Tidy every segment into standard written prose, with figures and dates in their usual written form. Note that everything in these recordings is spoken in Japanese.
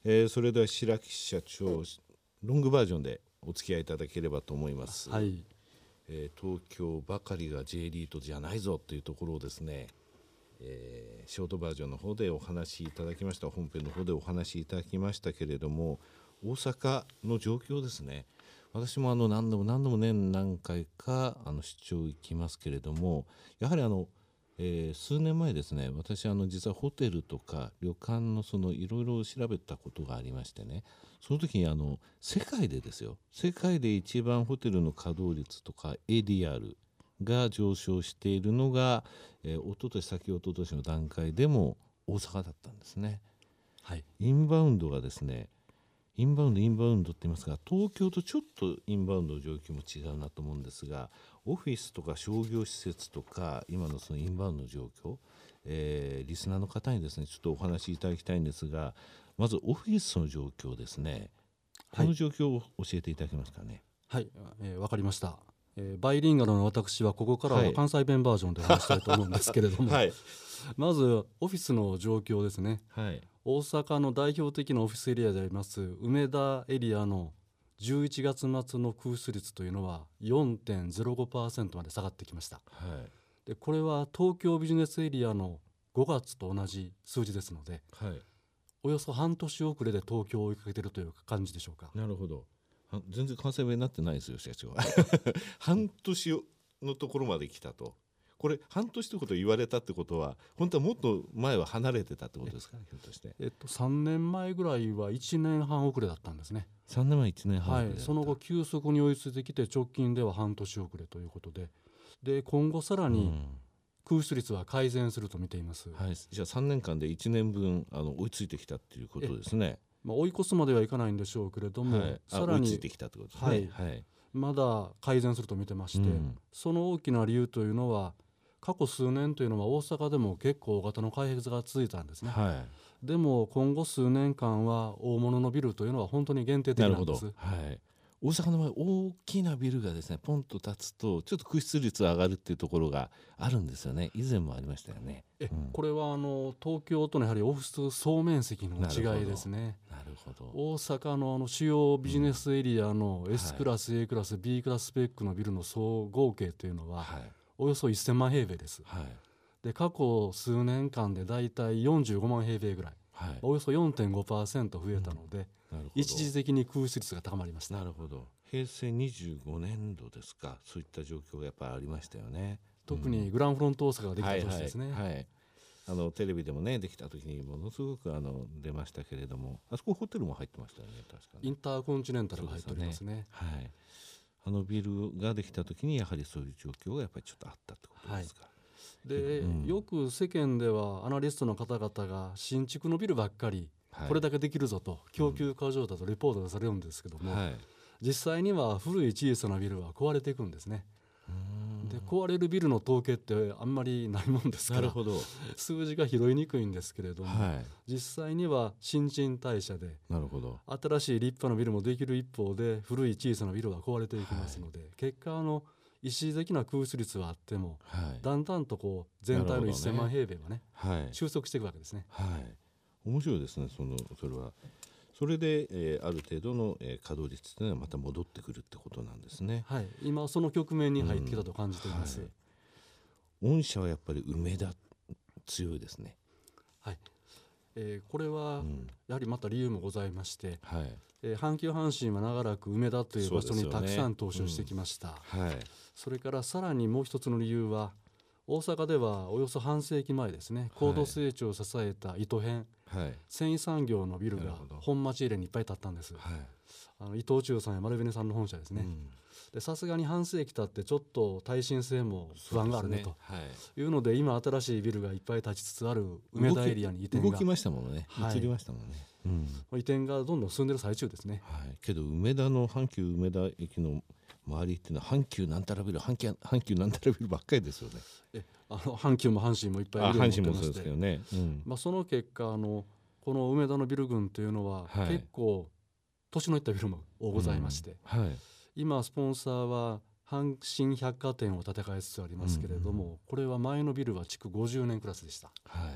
それでは白木社長、ロングバージョンでお付き合いいただければと思います。 はい。 東京ばかりが J リートじゃないぞというところをですね、ショートバージョンの方でお話しいただきました、本編の方でお話しいただきましたけれども、大阪の状況ですね。私も何度も年何回か出張行きますけれども、やはり数年前ですね、私実はホテルとか旅館のいろいろ調べたことがありましてね、その時に世界でですよ、世界で一番ホテルの稼働率とか ADR が上昇しているのが、一昨年の段階でも大阪だったんですね。 はい。 インバウンドがですね、インバウンドって言いますが、東京とちょっとインバウンドの状況も違うなと思うんですが、オフィスとか商業施設とか今のそのインバウンドの状況、リスナーの方にですねちょっとお話しいただきたいんですが、まずオフィスの状況ですね。この状況を教えていただけますかね。 はい。わかりました。バイリンガルの私はここからははい関西弁バージョンで話したいと思うんですけれども、 はい、 まずオフィスの状況ですね。 はい、 大阪の代表的なオフィスエリアであります梅田エリアの11月末の空室率というのは 4.05% まで下がってきました。 はい、 でこれは東京ビジネスエリアの5月と同じ数字ですので、 はい。 およそ半年遅れで東京を追いかけているという感じでしょうか。 なるほど。全然関西弁になってないですよ社長は。半年のところまで来たと。これ半年ということを言われたってことは、本当はもっと前は離れてたってことですかね、ひょっとして。 3年前ぐらいは1年半遅れだったんですね。 3年前1年半は遅れだった。 い、その後急速に追いついてきて直近では半年遅れということで、今後さらに空室率は改善すると見ています。 はい、じゃあ3年間で1年分追いついてきたっていうことですね。 追い越すまではいかないんでしょうけれども、 はい、 さらに追いついてきたってことですね。はい、 まだ改善すると見てまして、その大きな理由というのは過去数年というのは大阪でも結構大型の開発が続いたんですね。 はい、 でも今後数年間は大物のビルというのは本当に限定的なんです。 なるほど。はい、大阪の場合大きなビルがですねポンと立つとちょっと空室率が上がるっていうところがあるんですよね。以前もありましたよね。 これは東京とのやはりオフィス総面積の違いですね。 なるほど。 大阪の主要ビジネスエリアの S クラス、A クラス B クラススペックのビルの総合計というのはおよそ1000万平米です。で過去数年間でだいたい45万平米ぐらい、およそ 4.5% 増えたので、一時的に空室率が高まりました。 なるほど。平成25年度ですか、そういった状況がやっぱりありましたよね。 特にグランフロント大阪ができた年ですね。 テレビでもねできた時にものすごく出ましたけれども、あそこホテルも入ってましたよね、確かに。 インターコンチネンタルが入っておりますね。 ビルができた時にやはりそういう状況がやっぱりちょっとあったってことですか。 でよく世間ではアナリストの方々が新築のビルばっかりこれだけできるぞと供給過剰だとレポートがされるんですけども、実際には古い小さなビルは壊れていくんですね。で壊れるビルの統計ってあんまりないもんですから数字が拾いにくいんですけれども、実際には新陳代謝で新しい立派なビルもできる一方で古い小さなビルは壊れていきますので、結果一時的な空室率はあっても、だんだんと全体の1000万平米はね、収束していくわけですね。 面白いですね。それはそれで、ある程度の、稼働率というのはまた戻ってくるってことなんですね。 今その局面に入ってきたと感じています。 御社はやっぱり梅田強いですね。 これはやはりまた理由もございまして、阪急阪神は長らく梅田という場所にたくさん投資をしてきました。それからさらにもう一つの理由は、大阪ではおよそ半世紀前ですね、高度成長を支えた糸編、繊維産業のビルが本町エリアにいっぱい建ったんです。伊藤忠さんや丸紅さんの本社ですね。さすがに半世紀経ってちょっと耐震性も不安があるねというので、今新しいビルがいっぱい建ちつつある梅田エリアに移転が動きましたもんね。移りましたもんね。 移転がどんどん進んでる最中ですね。 けど阪急梅田駅の周りっていうのは阪急なんたらビル阪急なんたらビルばっかりですよね。 阪急も阪神もいっぱいビルを持ってまして、その結果この梅田のビル群というのは結構年のいったビルもございまして、今スポンサーは阪神百貨店を建て替えつつありますけれども、これは前のビルは築50年クラスでした。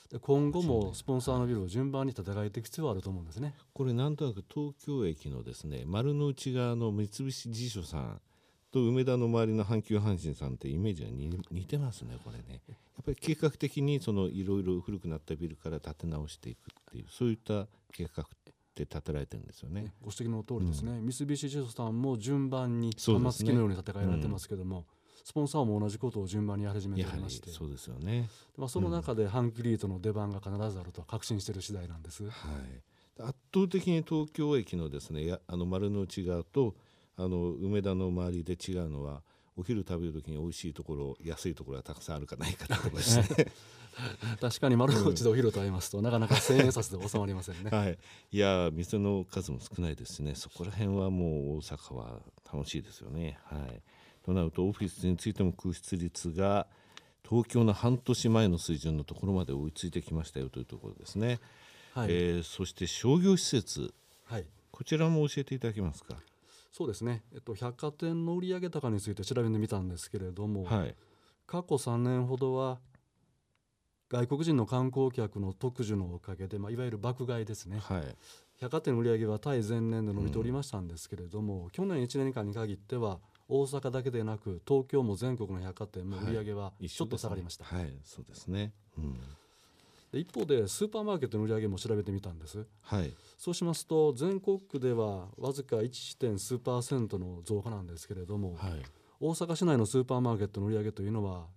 で今後もスポンサーのビルを順番に建て替えていく必要はあると思うんですね。 これなんとなく東京駅のですね丸の内側の三菱地所さんと梅田の周りの阪急阪神さんってイメージが似てますねこれね。やっぱり計画的にそのいろいろ古くなったビルから建て直していくっていうそういった計画って建てられてるんですよね。 ご指摘の通りですね、三菱地所さんも順番に玉突きのように建て替えられてますけども、スポンサーも同じことを順番にやり始めておりまして、 そうですよね。 その中で阪急リートの出番が必ずあると確信している次第なんです。 圧倒的に東京駅のですね丸の内側と梅田の周りで違うのはお昼食べるときに美味しいところ安いところがたくさんあるかないかってことですね確かに丸の内でお昼と会いますと、なかなか1000円札で収まりませんね。 いや店の数も少ないですしね、そこら辺はもう大阪は楽しいですよね。となるとオフィスについても空室率が東京の半年前の水準のところまで追いついてきましたよというところですね。そして商業施設、こちらも教えていただけますか。 そうですね、百貨店の売上高について調べてみたんですけれども、過去3年ほどは外国人の観光客の特需のおかげで、いわゆる爆買いですね、百貨店の売上は対前年で伸びておりましたんですけれども、去年1年間に限っては大阪だけでなく東京も全国の百貨店も売上はちょっと下がりました。 そうですね、 で一方でスーパーマーケットの売上も調べてみたんです。そうしますと全国区ではわずか 1. 数%の増加なんですけれども、大阪市内のスーパーマーケットの売上というのは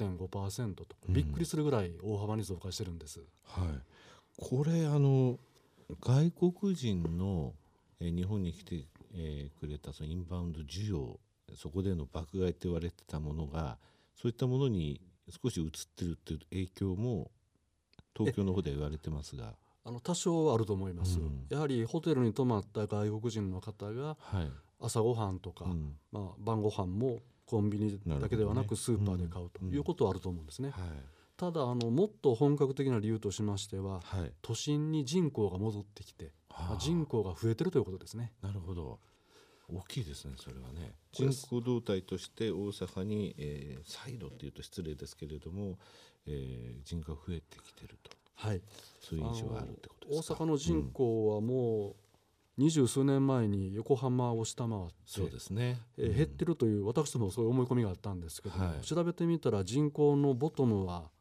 4.5% と、びっくりするぐらい大幅に増加してるんです。 これ外国人の日本に来てくれたそのインバウンド需要、そこでの爆買いと言われてたものがそういったものに少し移ってるっていう影響も東京の方では言われてますが、 多少あると思います。やはりホテルに泊まった外国人の方が朝ごはんとか、晩ごはんもコンビニだけではなくスーパーで買うということはあると思うんですね。ただもっと本格的な理由としましては、都心に人口が戻ってきて、人口が増えてるということですね。 なるほど、大きいですねそれはね。人口動態として大阪に、再度っていうと失礼ですけれども、人口が増えてきてると、そういう印象があるってことですか。 大阪の人口はもう20数年前に横浜を下回って、 そうですね、 減ってるという私どもそういう思い込みがあったんですけども、調べてみたら人口のボトムは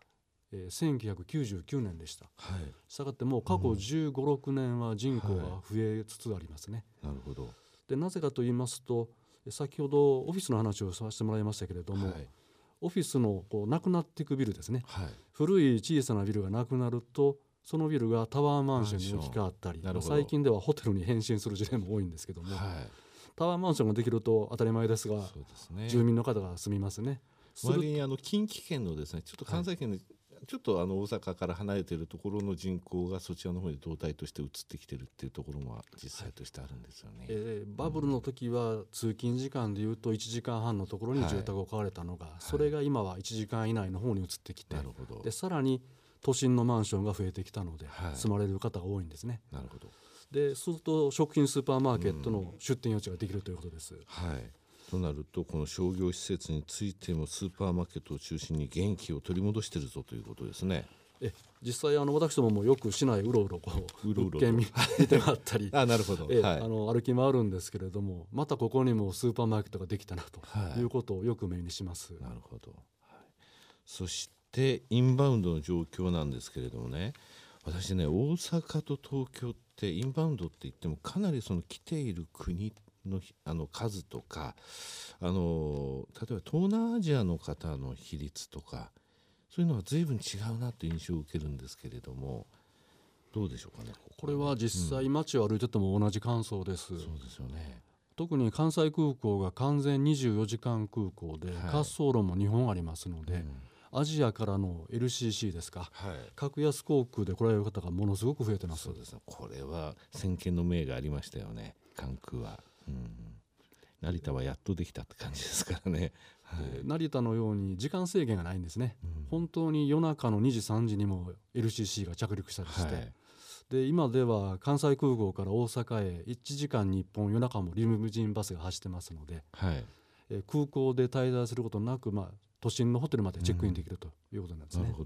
1999年でした。したがってもう過去15、6年は人口が増えつつありますね。 なるほど。 でなぜかと言いますと、先ほどオフィスの話をさせてもらいましたけれども、オフィスのなくなっていくビルですね、古い小さなビルがなくなるとそのビルがタワーマンションに置き換わったり、最近ではホテルに変身する事例も多いんですけども、タワーマンションができると当たり前ですが、住民の方が住みますね。 周りに近畿圏のですね、ちょっと関西圏の、ちょっと大阪から離れているところの人口がそちらの方に動態として移ってきてるっていうところも実際としてあるんですよね。 バブルの時は通勤時間でいうと1時間半のところに住宅を買われたのが、それが今は1時間以内の方に移ってきて、でさらに都心のマンションが増えてきたので、住まれる方が多いんですね。 なるほど。 でそうすると食品スーパーマーケットの出店余地ができるということです。 となるとこの商業施設についてもスーパーマーケットを中心に元気を取り戻しているぞということですね。 実際私どももよく市内うろうろ物件見て回ったりなるほど、 歩き回るんですけれども、またここにもスーパーマーケットができたなということをよく目にします。 なるほど、そしてインバウンドの状況なんですけれどもね、私ね大阪と東京ってインバウンドって言ってもかなりその来ている国の数とか例えば東南アジアの方の比率とかそういうのは随分違うなという印象を受けるんですけれども、どうでしょうかね。 これは実際街を歩いてても同じ感想です。 そうですよね。 特に関西空港が完全24時間空港で、滑走路も2本ありますので、アジアからの LCC ですか、格安航空で来られる方がものすごく増えてます。 そうですね、これは先見の明がありましたよね。関空は、成田はやっとできたって感じですからね。 成田のように時間制限がないんですね。本当に夜中の2時3時にも LCC が着陸したりして、で今では関西空港から大阪へ1時間に1本夜中もリムジンバスが走ってますので、空港で滞在することなく、都心のホテルまでチェックインできるということなんですね。 なるほど。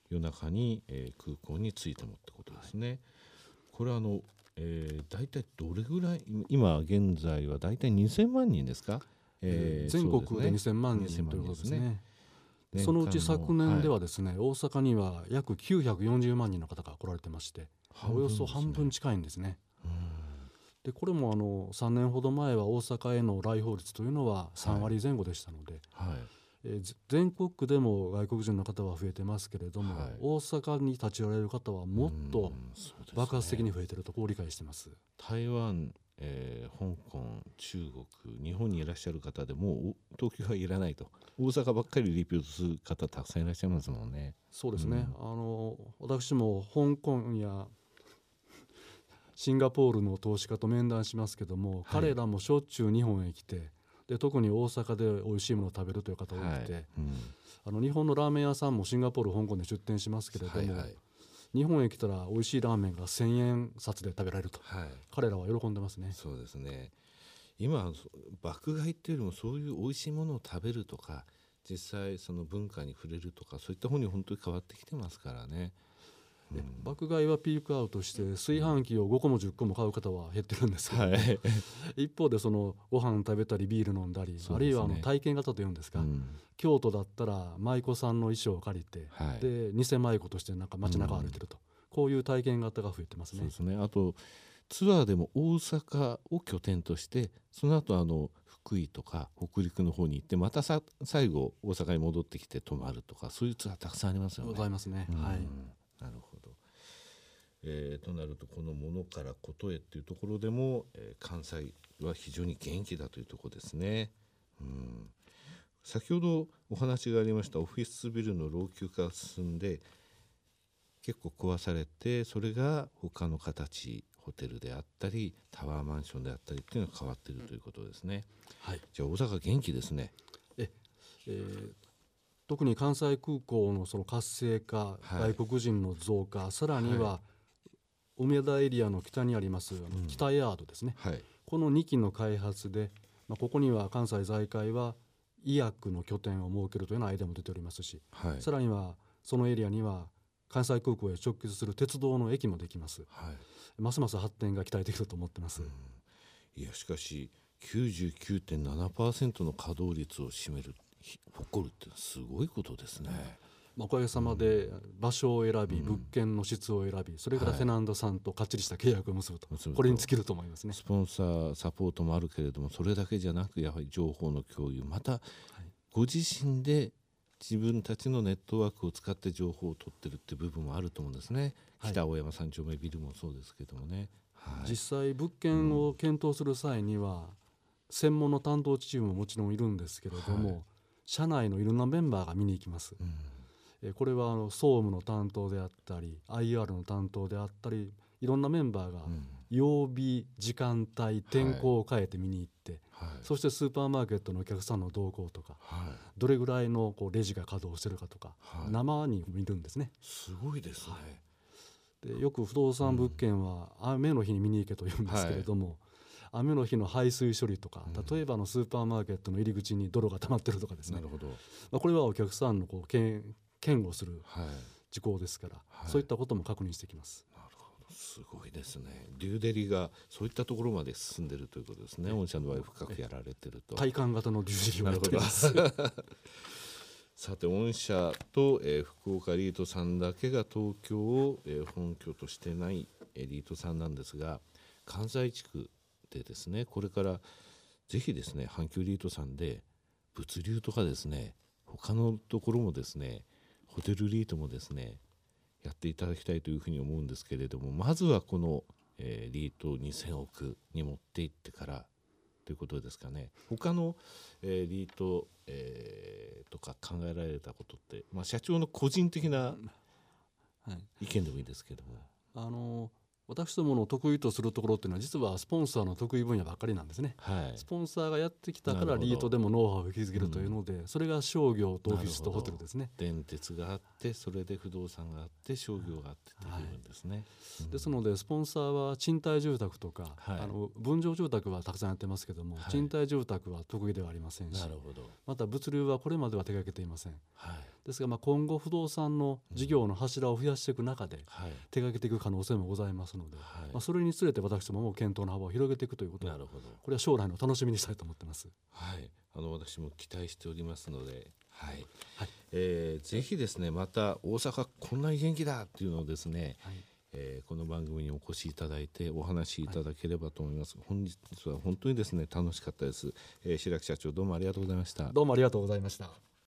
夜中に、空港に着いてもってことですね。これは大体どれぐらい、今現在は大体2000万人ですか、 全国で2000万人ということですね。そのうち昨年ではですね、大阪には約940万人の方が来られてまして、およそ半分近いんですね。でこれも3年ほど前は大阪への来訪率というのは3割前後でしたので、全国区でも外国人の方は増えてますけれども、大阪に立ち寄られる方はもっと爆発的に増えているとこう理解してます。 台湾、香港、中国、日本にいらっしゃる方でもう東京はいらないと、大阪ばっかりリピートする方たくさんいらっしゃいますもんね。 そうですね、私も香港やシンガポールの投資家と面談しますけども、彼らもしょっちゅう日本へ来て、で特に大阪で美味しいものを食べるという方が多くて、日本のラーメン屋さんもシンガポール、香港で出店しますけれども、日本へ来たら美味しいラーメンが1000円札で食べられると、彼らは喜んでますね。 そうですね。今爆買いっていうよりもそういう美味しいものを食べるとか、実際その文化に触れるとか、そういった方に本当に変わってきてますからね。 爆買いはピークアウトして炊飯器を5個も10個も買う方は減ってるんですけど、一方でそのご飯食べたりビール飲んだり、あるいは体験型というんですか、京都だったら舞妓さんの衣装を借りて、で偽舞妓としてなんか街中を歩いてると、こういう体験型が増えてますね。 そうですね。あとツアーでも大阪を拠点として、その後福井とか北陸の方に行って、また最後大阪に戻ってきて泊まるとか、そういうツアーたくさんありますよね。 ございますね。 なるほど。となると、このものからことへっていうところでも、関西は非常に元気だというところですね。先ほどお話がありましたオフィスビルの老朽化が進んで結構壊されて、それが他の形、ホテルであったりタワーマンションであったりっていうのが変わっているということですね。じゃあ大阪元気ですね。 特に関西空港のその活性化、外国人の増加、さらには梅田エリアの北にあります北エアードですね、この2基の開発で、ここには関西財界は医薬の拠点を設けるというようなアイデアも出ておりますし、さらにはそのエリアには関西空港へ直結する鉄道の駅もできます、ますます発展が期待できると思ってます。 いやしかし 99.7% の稼働率を占める誇るってすごいことですね。 おかげさまで場所を選び、物件の質を選び、それからテナントさんとかっちりした契約を結ぶと、これに尽きると思いますね。 スポンサーサポートもあるけれども、それだけじゃなくやはり情報の共有、またご自身で自分たちのネットワークを使って情報を取ってるっていう部分もあると思うんですね。北青山三丁目ビルもそうですけどもね。 実際物件を検討する際には、専門の担当チームももちろんいるんですけれども、社内のいろんなメンバーが見に行きます。これは総務の担当であったり IR の担当であったり、いろんなメンバーが曜日、時間帯、天候を変えて見に行って、そしてスーパーマーケットのお客さんの動向とか、どれぐらいのレジが稼働してるかとか、生に見るんですね。 すごいですね。 でよく不動産物件は雨の日に見に行けと言うんですけれども、雨の日の排水処理とか、例えばスーパーマーケットの入り口に泥が溜まってるとかですね、これはお客さんの嫌悪する事項ですから、そういったことも確認してきます。 なるほど、すごいですね。デューデリがそういったところまで進んでいるということですね。御社の場合深くやられていると。 体感型のデューデリをやっています。 さて御社と、福岡リートさんだけが東京を、本拠としてないリートさんなんですが、関西地区でですね、これからぜひですね阪急リートさんで物流とかですね、他のところもですね、ホテルリートもですねやっていただきたいというふうに思うんですけれども、まずはこの、リート2000億に持っていってからということですかね。他の、リート、とか考えられたことって、社長の個人的な意見でもいいですけども、 私どもの得意とするところっていうのは実はスポンサーの得意分野ばっかりなんですね、はい、スポンサーがやってきたからリートでもノウハウを築けるというので、それが商業とオフィスとホテルですね。 電鉄があってそれで不動産があって商業があってという部分ですね、 ですのでスポンサーは賃貸住宅とか、はい、分譲住宅はたくさんやってますけども、はい、賃貸住宅は得意ではありませんし、また物流はこれまでは手掛けていません、はい、ですが今後不動産の事業の柱を増やしていく中で手掛けていく可能性もございますので、はい、それにつれて私どもも検討の幅を広げていくということを、これは将来の楽しみにしたいと思っています。 はい、私も期待しておりますので、はいはい、ぜひですねまた大阪こんなに元気だっていうのをですね、はい、この番組にお越しいただいてお話しいただければと思います、はい、本日は本当にですね楽しかったです、白木社長どうもありがとうございました。 どうもありがとうございました。